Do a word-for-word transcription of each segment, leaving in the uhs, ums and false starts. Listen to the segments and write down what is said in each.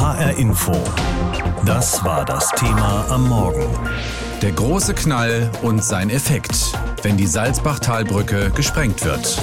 H R Info. Das war das Thema am Morgen. Der große Knall und sein Effekt, wenn die Salzbachtalbrücke gesprengt wird.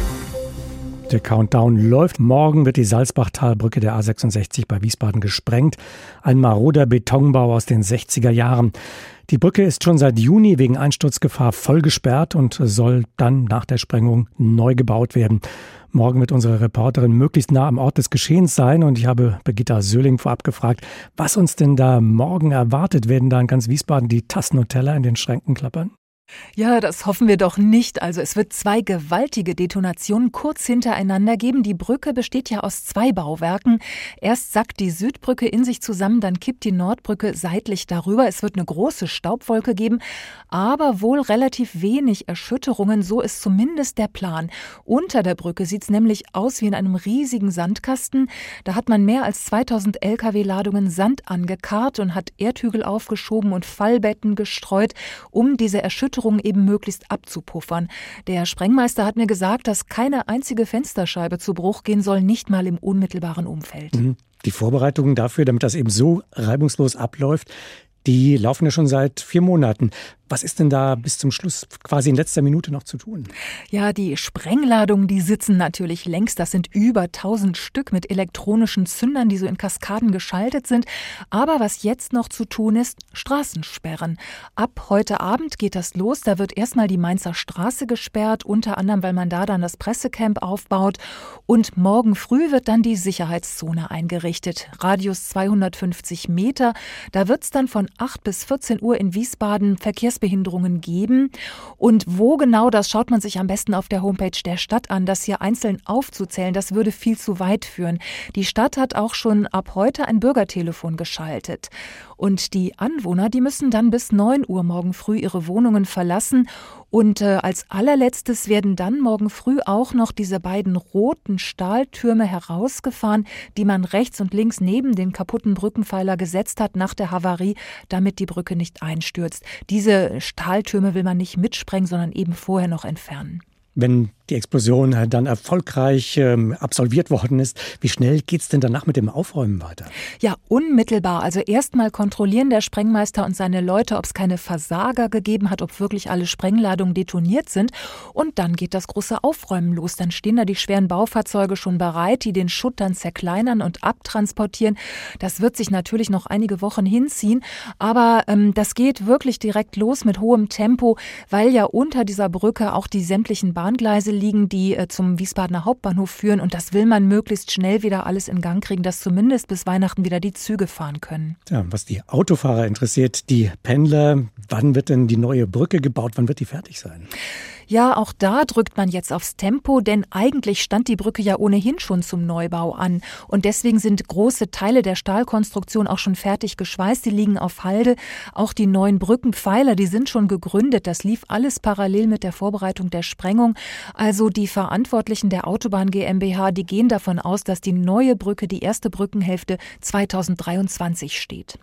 Der Countdown läuft. Morgen wird die Salzbachtalbrücke der A sechsundsechzig bei Wiesbaden gesprengt. Ein maroder Betonbau aus den sechziger Jahren. Die Brücke ist schon seit Juni wegen Einsturzgefahr voll gesperrt und soll dann nach der Sprengung neu gebaut werden. Morgen wird unsere Reporterin möglichst nah am Ort des Geschehens sein und ich habe Birgitta Söhling vorab gefragt, was uns denn da morgen erwartet. Werden da in ganz Wiesbaden die Tassen und Teller in den Schränken klappern? Ja, das hoffen wir doch nicht. Also es wird zwei gewaltige Detonationen kurz hintereinander geben. Die Brücke besteht ja aus zwei Bauwerken. Erst sackt die Südbrücke in sich zusammen, dann kippt die Nordbrücke seitlich darüber. Es wird eine große Staubwolke geben, aber wohl relativ wenig Erschütterungen. So ist zumindest der Plan. Unter der Brücke sieht es nämlich aus wie in einem riesigen Sandkasten. Da hat man mehr als zweitausend L K W-Ladungen Sand angekarrt und hat Erdhügel aufgeschoben und Fallbetten gestreut, um diese Erschütterungen eben möglichst abzupuffern. Der Sprengmeister hat mir gesagt, dass keine einzige Fensterscheibe zu Bruch gehen soll, nicht mal im unmittelbaren Umfeld. Die Vorbereitungen dafür, damit das eben so reibungslos abläuft, die laufen ja schon seit vier Monaten. Was ist denn da bis zum Schluss quasi in letzter Minute noch zu tun? Ja, die Sprengladungen, die sitzen natürlich längst. Das sind über tausend Stück mit elektronischen Zündern, die so in Kaskaden geschaltet sind. Aber was jetzt noch zu tun ist, Straßensperren. Ab heute Abend geht das los. Da wird erstmal die Mainzer Straße gesperrt, unter anderem, weil man da dann das Pressecamp aufbaut. Und morgen früh wird dann die Sicherheitszone eingerichtet. Radius zweihundertfünfzig Meter. Da wird es dann von acht bis vierzehn Uhr in Wiesbaden Verkehrs Behinderungen geben. Und wo genau, das schaut man sich am besten auf der Homepage der Stadt an. Das hier einzeln aufzuzählen, das würde viel zu weit führen. Die Stadt hat auch schon ab heute ein Bürgertelefon geschaltet. Und die Anwohner, die müssen dann bis neun Uhr morgen früh ihre Wohnungen verlassen. Und äh, als allerletztes werden dann morgen früh auch noch diese beiden roten Stahltürme herausgefahren, die man rechts und links neben den kaputten Brückenpfeiler gesetzt hat nach der Havarie, damit die Brücke nicht einstürzt. Diese Stahltürme will man nicht mitsprengen, sondern eben vorher noch entfernen. Wenn die Explosion dann erfolgreich ähm, absolviert worden ist, wie schnell geht's denn danach mit dem Aufräumen weiter? Ja, unmittelbar. Also erstmal kontrollieren der Sprengmeister und seine Leute, ob es keine Versager gegeben hat, ob wirklich alle Sprengladungen detoniert sind. Und dann geht das große Aufräumen los. Dann stehen da die schweren Baufahrzeuge schon bereit, die den Schutt dann zerkleinern und abtransportieren. Das wird sich natürlich noch einige Wochen hinziehen. Aber ähm, das geht wirklich direkt los mit hohem Tempo, weil ja unter dieser Brücke auch die sämtlichen Bahngleise liegen, die äh, zum Wiesbadener Hauptbahnhof führen. Und das will man möglichst schnell wieder alles in Gang kriegen, dass zumindest bis Weihnachten wieder die Züge fahren können. Ja, was die Autofahrer interessiert, die Pendler, wann wird denn die neue Brücke gebaut? Wann wird die fertig sein? Ja, auch da drückt man jetzt aufs Tempo, denn eigentlich stand die Brücke ja ohnehin schon zum Neubau an. Und deswegen sind große Teile der Stahlkonstruktion auch schon fertig geschweißt. Die liegen auf Halde. Auch die neuen Brückenpfeiler, die sind schon gegründet. Das lief alles parallel mit der Vorbereitung der Sprengung. Also die Verantwortlichen der Autobahn GmbH, die gehen davon aus, dass die neue Brücke, die erste Brückenhälfte zweitausenddreiundzwanzig steht.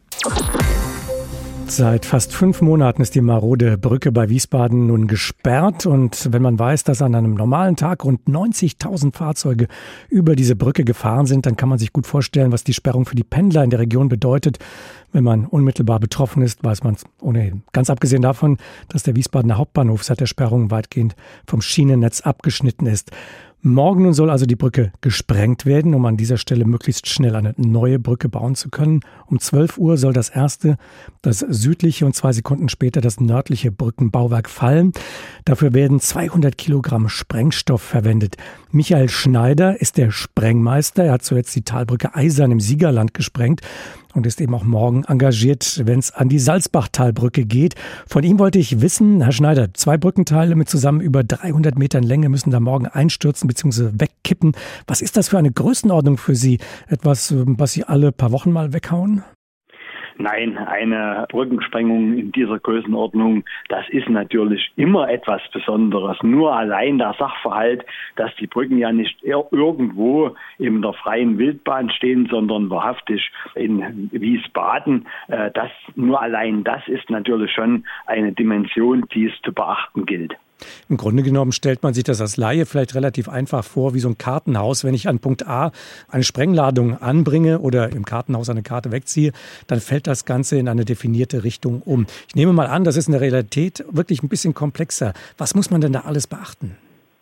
Seit fast fünf Monaten ist die marode Brücke bei Wiesbaden nun gesperrt. Und wenn man weiß, dass an einem normalen Tag rund neunzigtausend Fahrzeuge über diese Brücke gefahren sind, dann kann man sich gut vorstellen, was die Sperrung für die Pendler in der Region bedeutet. Wenn man unmittelbar betroffen ist, weiß man es ohnehin. Ganz abgesehen davon, dass der Wiesbadener Hauptbahnhof seit der Sperrung weitgehend vom Schienennetz abgeschnitten ist. Morgen nun soll also die Brücke gesprengt werden, um an dieser Stelle möglichst schnell eine neue Brücke bauen zu können. Um zwölf Uhr soll das erste, das südliche und zwei Sekunden später das nördliche Brückenbauwerk fallen. Dafür werden zweihundert Kilogramm Sprengstoff verwendet. Michael Schneider ist der Sprengmeister. Er hat zuletzt die Talbrücke Eisern im Siegerland gesprengt und ist eben auch morgen engagiert, wenn es an die Salzbachtalbrücke geht. Von ihm wollte ich wissen, Herr Schneider, zwei Brückenteile mit zusammen über dreihundert Metern Länge müssen da morgen einstürzen bzw. wegkippen. Was ist das für eine Größenordnung für Sie? Etwas, was Sie alle paar Wochen mal weghauen? Nein, eine Brückensprengung in dieser Größenordnung, das ist natürlich immer etwas Besonderes. Nur allein der Sachverhalt, dass die Brücken ja nicht irgendwo in der freien Wildbahn stehen, sondern wahrhaftig in Wiesbaden, das, nur allein das ist natürlich schon eine Dimension, die es zu beachten gilt. Im Grunde genommen stellt man sich das als Laie vielleicht relativ einfach vor, wie so ein Kartenhaus. Wenn ich an Punkt A eine Sprengladung anbringe oder im Kartenhaus eine Karte wegziehe, dann fällt das Ganze in eine definierte Richtung um. Ich nehme mal an, das ist in der Realität wirklich ein bisschen komplexer. Was muss man denn da alles beachten?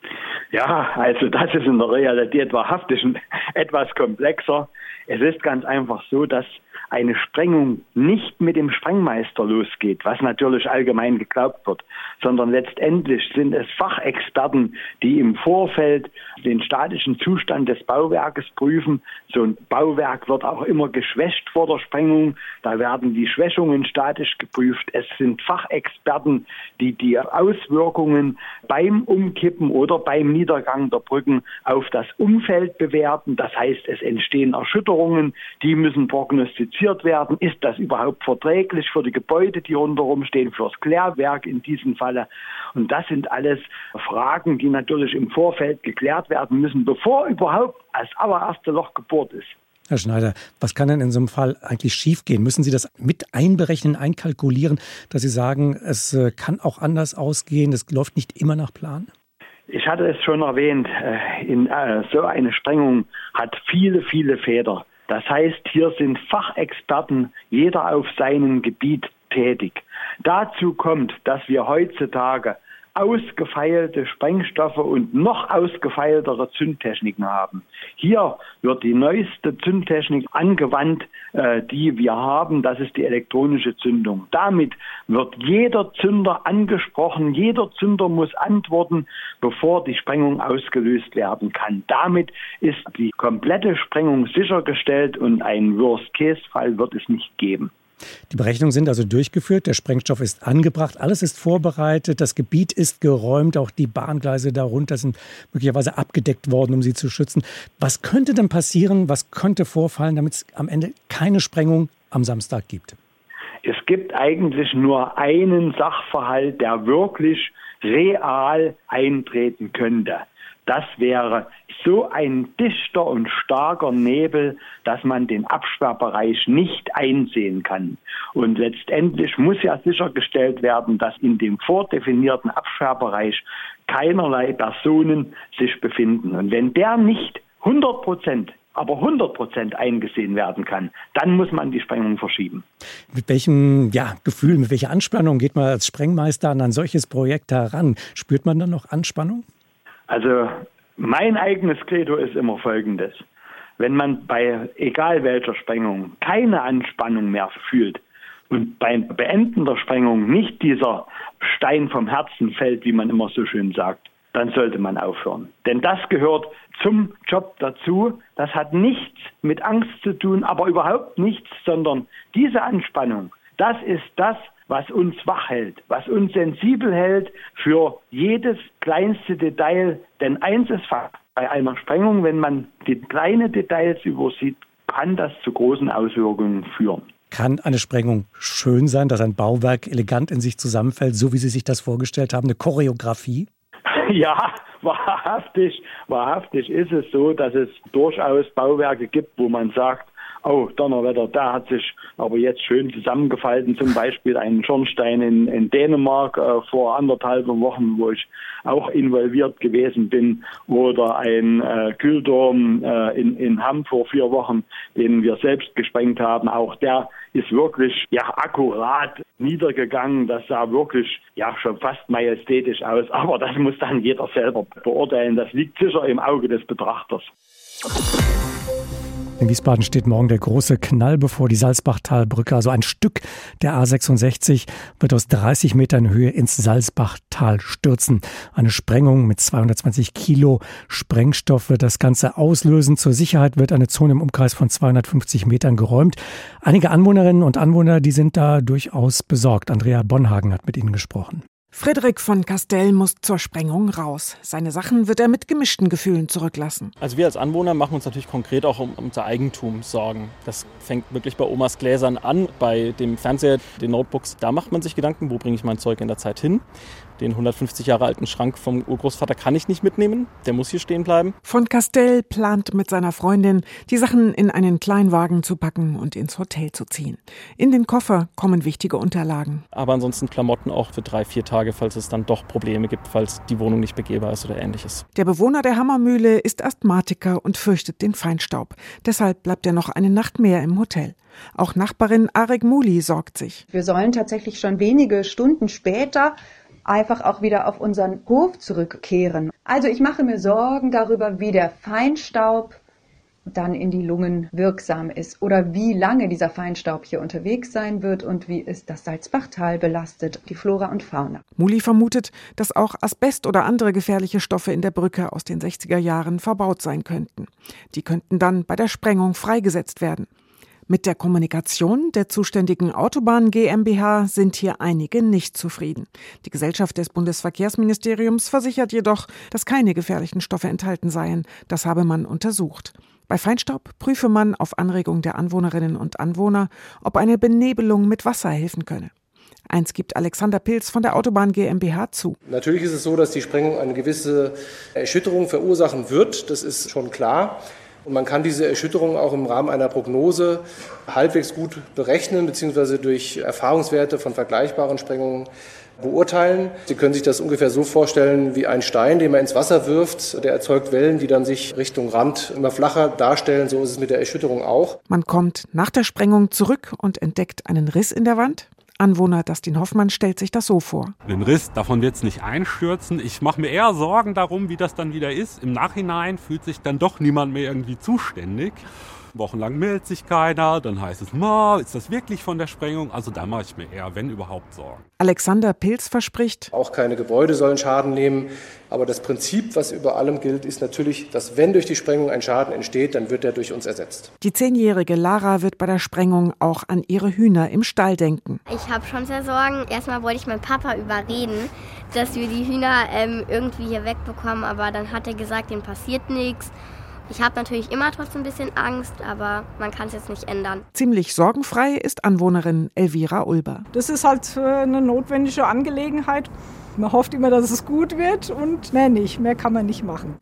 Ja, also das ist in der Realität wahrhaftig etwas komplexer. Es ist ganz einfach so, dass eine Sprengung nicht mit dem Sprengmeister losgeht, was natürlich allgemein geglaubt wird, sondern letztendlich sind es Fachexperten, die im Vorfeld den statischen Zustand des Bauwerkes prüfen. So ein Bauwerk wird auch immer geschwächt vor der Sprengung. Da werden die Schwächungen statisch geprüft. Es sind Fachexperten, die die Auswirkungen beim Umkippen oder beim Niedergang der Brücken auf das Umfeld bewerten. Das heißt, es entstehen Erschütterungen, die müssen prognostiziert werden. Ist das überhaupt verträglich für die Gebäude, die rundherum stehen, fürs Klärwerk in diesem Falle? Und das sind alles Fragen, die natürlich im Vorfeld geklärt werden müssen, bevor überhaupt als allererste Loch gebohrt ist. Herr Schneider, was kann denn in so einem Fall eigentlich schiefgehen? Müssen Sie das mit einberechnen, einkalkulieren, dass Sie sagen, es kann auch anders ausgehen, es läuft nicht immer nach Plan? Ich hatte es schon erwähnt, in, äh, so eine Sprengung hat viele, viele Feder. Das heißt, hier sind Fachexperten, jeder auf seinem Gebiet tätig. Dazu kommt, dass wir heutzutage ausgefeilte Sprengstoffe und noch ausgefeiltere Zündtechniken haben. Hier wird die neueste Zündtechnik angewandt, äh, die wir haben. Das ist die elektronische Zündung. Damit wird jeder Zünder angesprochen. Jeder Zünder muss antworten, bevor die Sprengung ausgelöst werden kann. Damit ist die komplette Sprengung sichergestellt und einen Worst-Case-Fall wird es nicht geben. Die Berechnungen sind also durchgeführt, der Sprengstoff ist angebracht, alles ist vorbereitet, das Gebiet ist geräumt, auch die Bahngleise darunter sind möglicherweise abgedeckt worden, um sie zu schützen. Was könnte denn passieren, was könnte vorfallen, damit es am Ende keine Sprengung am Samstag gibt? Es gibt eigentlich nur einen Sachverhalt, der wirklich real eintreten könnte. Das wäre so ein dichter und starker Nebel, dass man den Absperrbereich nicht einsehen kann. Und letztendlich muss ja sichergestellt werden, dass in dem vordefinierten Absperrbereich keinerlei Personen sich befinden. Und wenn der nicht hundert Prozent, aber hundert Prozent eingesehen werden kann, dann muss man die Sprengung verschieben. Mit welchem ja, Gefühl, mit welcher Anspannung geht man als Sprengmeister an ein solches Projekt heran? Spürt man dann noch Anspannung? Also mein eigenes Credo ist immer Folgendes. Wenn man bei egal welcher Sprengung keine Anspannung mehr fühlt und beim Beenden der Sprengung nicht dieser Stein vom Herzen fällt, wie man immer so schön sagt, dann sollte man aufhören. Denn das gehört zum Job dazu. Das hat nichts mit Angst zu tun, aber überhaupt nichts, sondern diese Anspannung, das ist das, was uns wach hält, was uns sensibel hält für jedes kleinste Detail. Denn eins ist Fakt, bei einer Sprengung, wenn man die kleinen Details übersieht, kann das zu großen Auswirkungen führen. Kann eine Sprengung schön sein, dass ein Bauwerk elegant in sich zusammenfällt, so wie Sie sich das vorgestellt haben, eine Choreografie? Ja, wahrhaftig, wahrhaftig ist es so, dass es durchaus Bauwerke gibt, wo man sagt, oh, Donnerwetter, da hat sich aber jetzt schön zusammengefalten. Zum Beispiel ein Schornstein in, in Dänemark äh, vor anderthalb Wochen, wo ich auch involviert gewesen bin. Oder ein äh, Kühlturm äh, in, in Hamm vor vier Wochen, den wir selbst gesprengt haben. Auch der ist wirklich ja akkurat niedergegangen. Das sah wirklich ja schon fast majestätisch aus. Aber das muss dann jeder selber beurteilen. Das liegt sicher im Auge des Betrachters. In Wiesbaden steht morgen der große Knall bevor, die Salzbachtalbrücke. Also ein Stück der A sechsundsechzig wird aus dreißig Metern Höhe ins Salzbachtal stürzen. Eine Sprengung mit zweihundertzwanzig Kilo Sprengstoff wird das Ganze auslösen. Zur Sicherheit wird eine Zone im Umkreis von zweihundertfünfzig Metern geräumt. Einige Anwohnerinnen und Anwohner, die sind da durchaus besorgt. Andrea Bonhagen hat mit ihnen gesprochen. Friedrich von Castell muss zur Sprengung raus. Seine Sachen wird er mit gemischten Gefühlen zurücklassen. Also wir als Anwohner machen uns natürlich konkret auch um unser Eigentum Sorgen. Das fängt wirklich bei Omas Gläsern an, bei dem Fernseher, den Notebooks. Da macht man sich Gedanken, wo bringe ich mein Zeug in der Zeit hin. Den hundertfünfzig Jahre alten Schrank vom Urgroßvater kann ich nicht mitnehmen, der muss hier stehen bleiben. Von Castell plant mit seiner Freundin, die Sachen in einen Kleinwagen zu packen und ins Hotel zu ziehen. In den Koffer kommen wichtige Unterlagen. Aber ansonsten Klamotten auch für drei, vier Tage, falls es dann doch Probleme gibt, falls die Wohnung nicht begehbar ist oder ähnliches. Der Bewohner der Hammermühle ist Asthmatiker und fürchtet den Feinstaub. Deshalb bleibt er noch eine Nacht mehr im Hotel. Auch Nachbarin Arek Muli sorgt sich. Wir sollen tatsächlich schon wenige Stunden später einfach auch wieder auf unseren Hof zurückkehren. Also ich mache mir Sorgen darüber, wie der Feinstaub dann in die Lungen wirksam ist oder wie lange dieser Feinstaub hier unterwegs sein wird und wie es das Salzbachtal belastet, die Flora und Fauna. Muli vermutet, dass auch Asbest oder andere gefährliche Stoffe in der Brücke aus den sechziger Jahren verbaut sein könnten. Die könnten dann bei der Sprengung freigesetzt werden. Mit der Kommunikation der zuständigen Autobahn GmbH sind hier einige nicht zufrieden. Die Gesellschaft des Bundesverkehrsministeriums versichert jedoch, dass keine gefährlichen Stoffe enthalten seien. Das habe man untersucht. Bei Feinstaub prüfe man auf Anregung der Anwohnerinnen und Anwohner, ob eine Benebelung mit Wasser helfen könne. Eins gibt Alexander Pilz von der Autobahn GmbH zu. Natürlich ist es so, dass die Sprengung eine gewisse Erschütterung verursachen wird. Das ist schon klar. Und man kann diese Erschütterung auch im Rahmen einer Prognose halbwegs gut berechnen, beziehungsweise durch Erfahrungswerte von vergleichbaren Sprengungen beurteilen. Sie können sich das ungefähr so vorstellen wie ein Stein, den man ins Wasser wirft. Der erzeugt Wellen, die dann sich Richtung Rand immer flacher darstellen. So ist es mit der Erschütterung auch. Man kommt nach der Sprengung zurück und entdeckt einen Riss in der Wand. Anwohner Dustin Hoffmann stellt sich das so vor. Den Riss, davon wird es nicht einstürzen. Ich mache mir eher Sorgen darum, wie das dann wieder ist. Im Nachhinein fühlt sich dann doch niemand mehr irgendwie zuständig. Wochenlang meldet sich keiner, dann heißt es, ma, ist das wirklich von der Sprengung? Also da mache ich mir eher, wenn überhaupt, Sorgen. Alexander Pilz verspricht, auch keine Gebäude sollen Schaden nehmen. Aber das Prinzip, was über allem gilt, ist natürlich, dass wenn durch die Sprengung ein Schaden entsteht, dann wird er durch uns ersetzt. Die zehnjährige Lara wird bei der Sprengung auch an ihre Hühner im Stall denken. Ich habe schon sehr Sorgen. Erstmal wollte ich meinen Papa überreden, dass wir die Hühner ähm, irgendwie hier wegbekommen. Aber dann hat er gesagt, denen passiert nichts. Ich habe natürlich immer trotzdem ein bisschen Angst, aber man kann es jetzt nicht ändern. Ziemlich sorgenfrei ist Anwohnerin Elvira Ulber. Das ist halt eine notwendige Angelegenheit. Man hofft immer, dass es gut wird und mehr nicht. Mehr kann man nicht machen.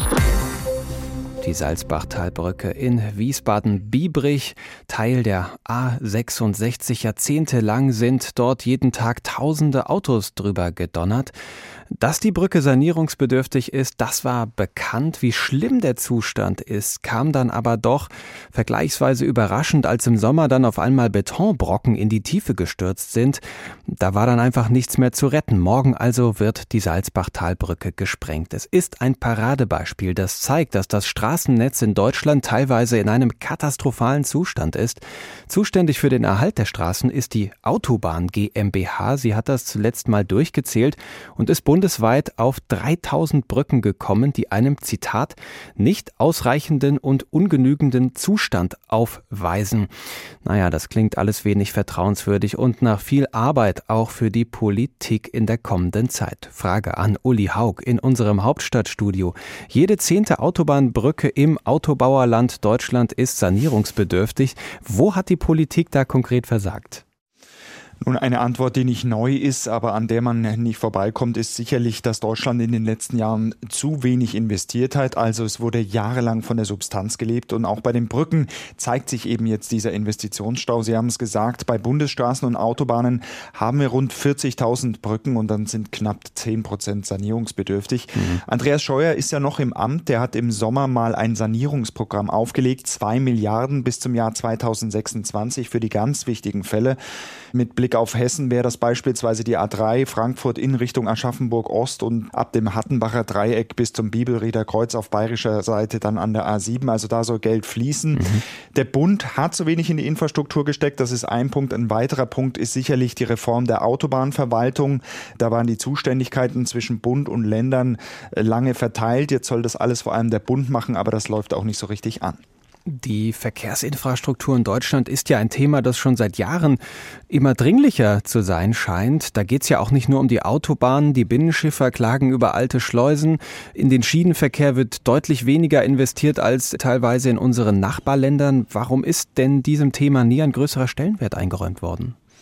Die Salzbachtalbrücke in Wiesbaden-Biebrich, Teil der A sechsundsechzig. Jahrzehntelang sind dort jeden Tag tausende Autos drüber gedonnert. Dass die Brücke sanierungsbedürftig ist, das war bekannt. Wie schlimm der Zustand ist, kam dann aber doch vergleichsweise überraschend, als im Sommer dann auf einmal Betonbrocken in die Tiefe gestürzt sind. Da war dann einfach nichts mehr zu retten. Morgen also wird die Salzbachtalbrücke gesprengt. Es ist ein Paradebeispiel, das zeigt, dass das Straßennetz in Deutschland teilweise in einem katastrophalen Zustand ist. Zuständig für den Erhalt der Straßen ist die Autobahn GmbH. Sie hat das zuletzt mal durchgezählt und ist bundesweit bundesweit auf dreitausend Brücken gekommen, die einem, Zitat, nicht ausreichenden und ungenügenden Zustand aufweisen. Naja, das klingt alles wenig vertrauenswürdig und nach viel Arbeit auch für die Politik in der kommenden Zeit. Frage an Uli Haug in unserem Hauptstadtstudio. Jede zehnte Autobahnbrücke im Autobauerland Deutschland ist sanierungsbedürftig. Wo hat die Politik da konkret versagt? Nun, eine Antwort, die nicht neu ist, aber an der man nicht vorbeikommt, ist sicherlich, dass Deutschland in den letzten Jahren zu wenig investiert hat. Also es wurde jahrelang von der Substanz gelebt und auch bei den Brücken zeigt sich eben jetzt dieser Investitionsstau. Sie haben es gesagt, bei Bundesstraßen und Autobahnen haben wir rund vierzigtausend Brücken und dann sind knapp zehn Prozent sanierungsbedürftig. Mhm. Andreas Scheuer ist ja noch im Amt. Der hat im Sommer mal ein Sanierungsprogramm aufgelegt. Zwei Milliarden bis zum Jahr zweitausendsechsundzwanzig für die ganz wichtigen Fälle. Mit Blick auf Hessen wäre das beispielsweise die A drei Frankfurt in Richtung Aschaffenburg Ost und ab dem Hattenbacher Dreieck bis zum Bibelrieder Kreuz auf bayerischer Seite dann an der A sieben. Also da soll Geld fließen. Mhm. Der Bund hat zu wenig in die Infrastruktur gesteckt. Das ist ein Punkt. Ein weiterer Punkt ist sicherlich die Reform der Autobahnverwaltung. Da waren die Zuständigkeiten zwischen Bund und Ländern lange verteilt. Jetzt soll das alles vor allem der Bund machen, aber das läuft auch nicht so richtig an. Die Verkehrsinfrastruktur in Deutschland ist ja ein Thema, das schon seit Jahren immer dringlicher zu sein scheint. Da geht es ja auch nicht nur um die Autobahnen, die Binnenschiffer klagen über alte Schleusen. In den Schienenverkehr wird deutlich weniger investiert als teilweise in unseren Nachbarländern. Warum ist denn diesem Thema nie ein größerer Stellenwert eingeräumt worden?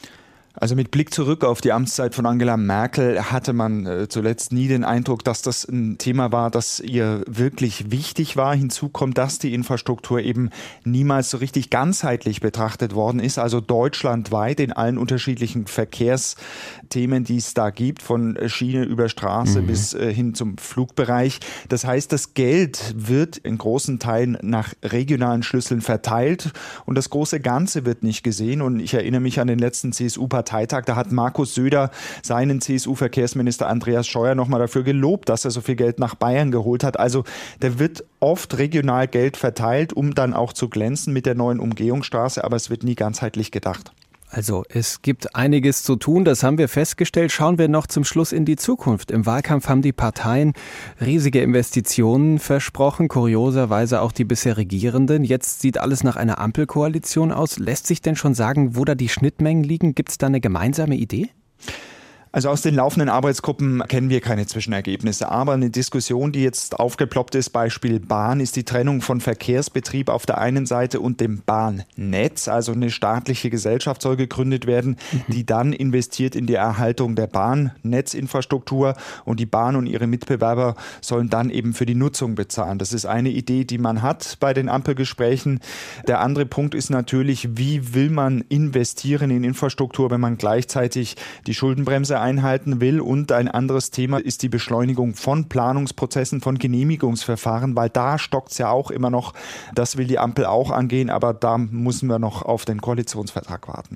Also mit Blick zurück auf die Amtszeit von Angela Merkel hatte man äh, zuletzt nie den Eindruck, dass das ein Thema war, das ihr wirklich wichtig war. Hinzu kommt, dass die Infrastruktur eben niemals so richtig ganzheitlich betrachtet worden ist, also deutschlandweit in allen unterschiedlichen Verkehrsthemen, die es da gibt, von Schiene über Straße mhm. bis äh, hin zum Flugbereich. Das heißt, das Geld wird in großen Teilen nach regionalen Schlüsseln verteilt und das große Ganze wird nicht gesehen. Und ich erinnere mich an den letzten C S U-Parteitag. Da hat Markus Söder seinen C S U-Verkehrsminister Andreas Scheuer nochmal dafür gelobt, dass er so viel Geld nach Bayern geholt hat. Also da wird oft regional Geld verteilt, um dann auch zu glänzen mit der neuen Umgehungsstraße, aber es wird nie ganzheitlich gedacht. Also es gibt einiges zu tun, das haben wir festgestellt. Schauen wir noch zum Schluss in die Zukunft. Im Wahlkampf haben die Parteien riesige Investitionen versprochen, kurioserweise auch die bisher Regierenden. Jetzt sieht alles nach einer Ampelkoalition aus. Lässt sich denn schon sagen, wo da die Schnittmengen liegen? Gibt es da eine gemeinsame Idee? Also aus den laufenden Arbeitsgruppen kennen wir keine Zwischenergebnisse. Aber eine Diskussion, die jetzt aufgeploppt ist, Beispiel Bahn, ist die Trennung von Verkehrsbetrieb auf der einen Seite und dem Bahnnetz. Also eine staatliche Gesellschaft soll gegründet werden, mhm. die dann investiert in die Erhaltung der Bahnnetzinfrastruktur. Und die Bahn und ihre Mitbewerber sollen dann eben für die Nutzung bezahlen. Das ist eine Idee, die man hat bei den Ampelgesprächen. Der andere Punkt ist natürlich, wie will man investieren in Infrastruktur, wenn man gleichzeitig die Schuldenbremse einhalten will. Und ein anderes Thema ist die Beschleunigung von Planungsprozessen, von Genehmigungsverfahren, weil da stockt es ja auch immer noch. Das will die Ampel auch angehen, aber da müssen wir noch auf den Koalitionsvertrag warten.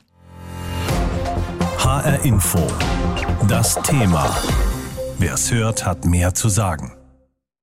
H R Info. Das Thema. Wer es hört, hat mehr zu sagen.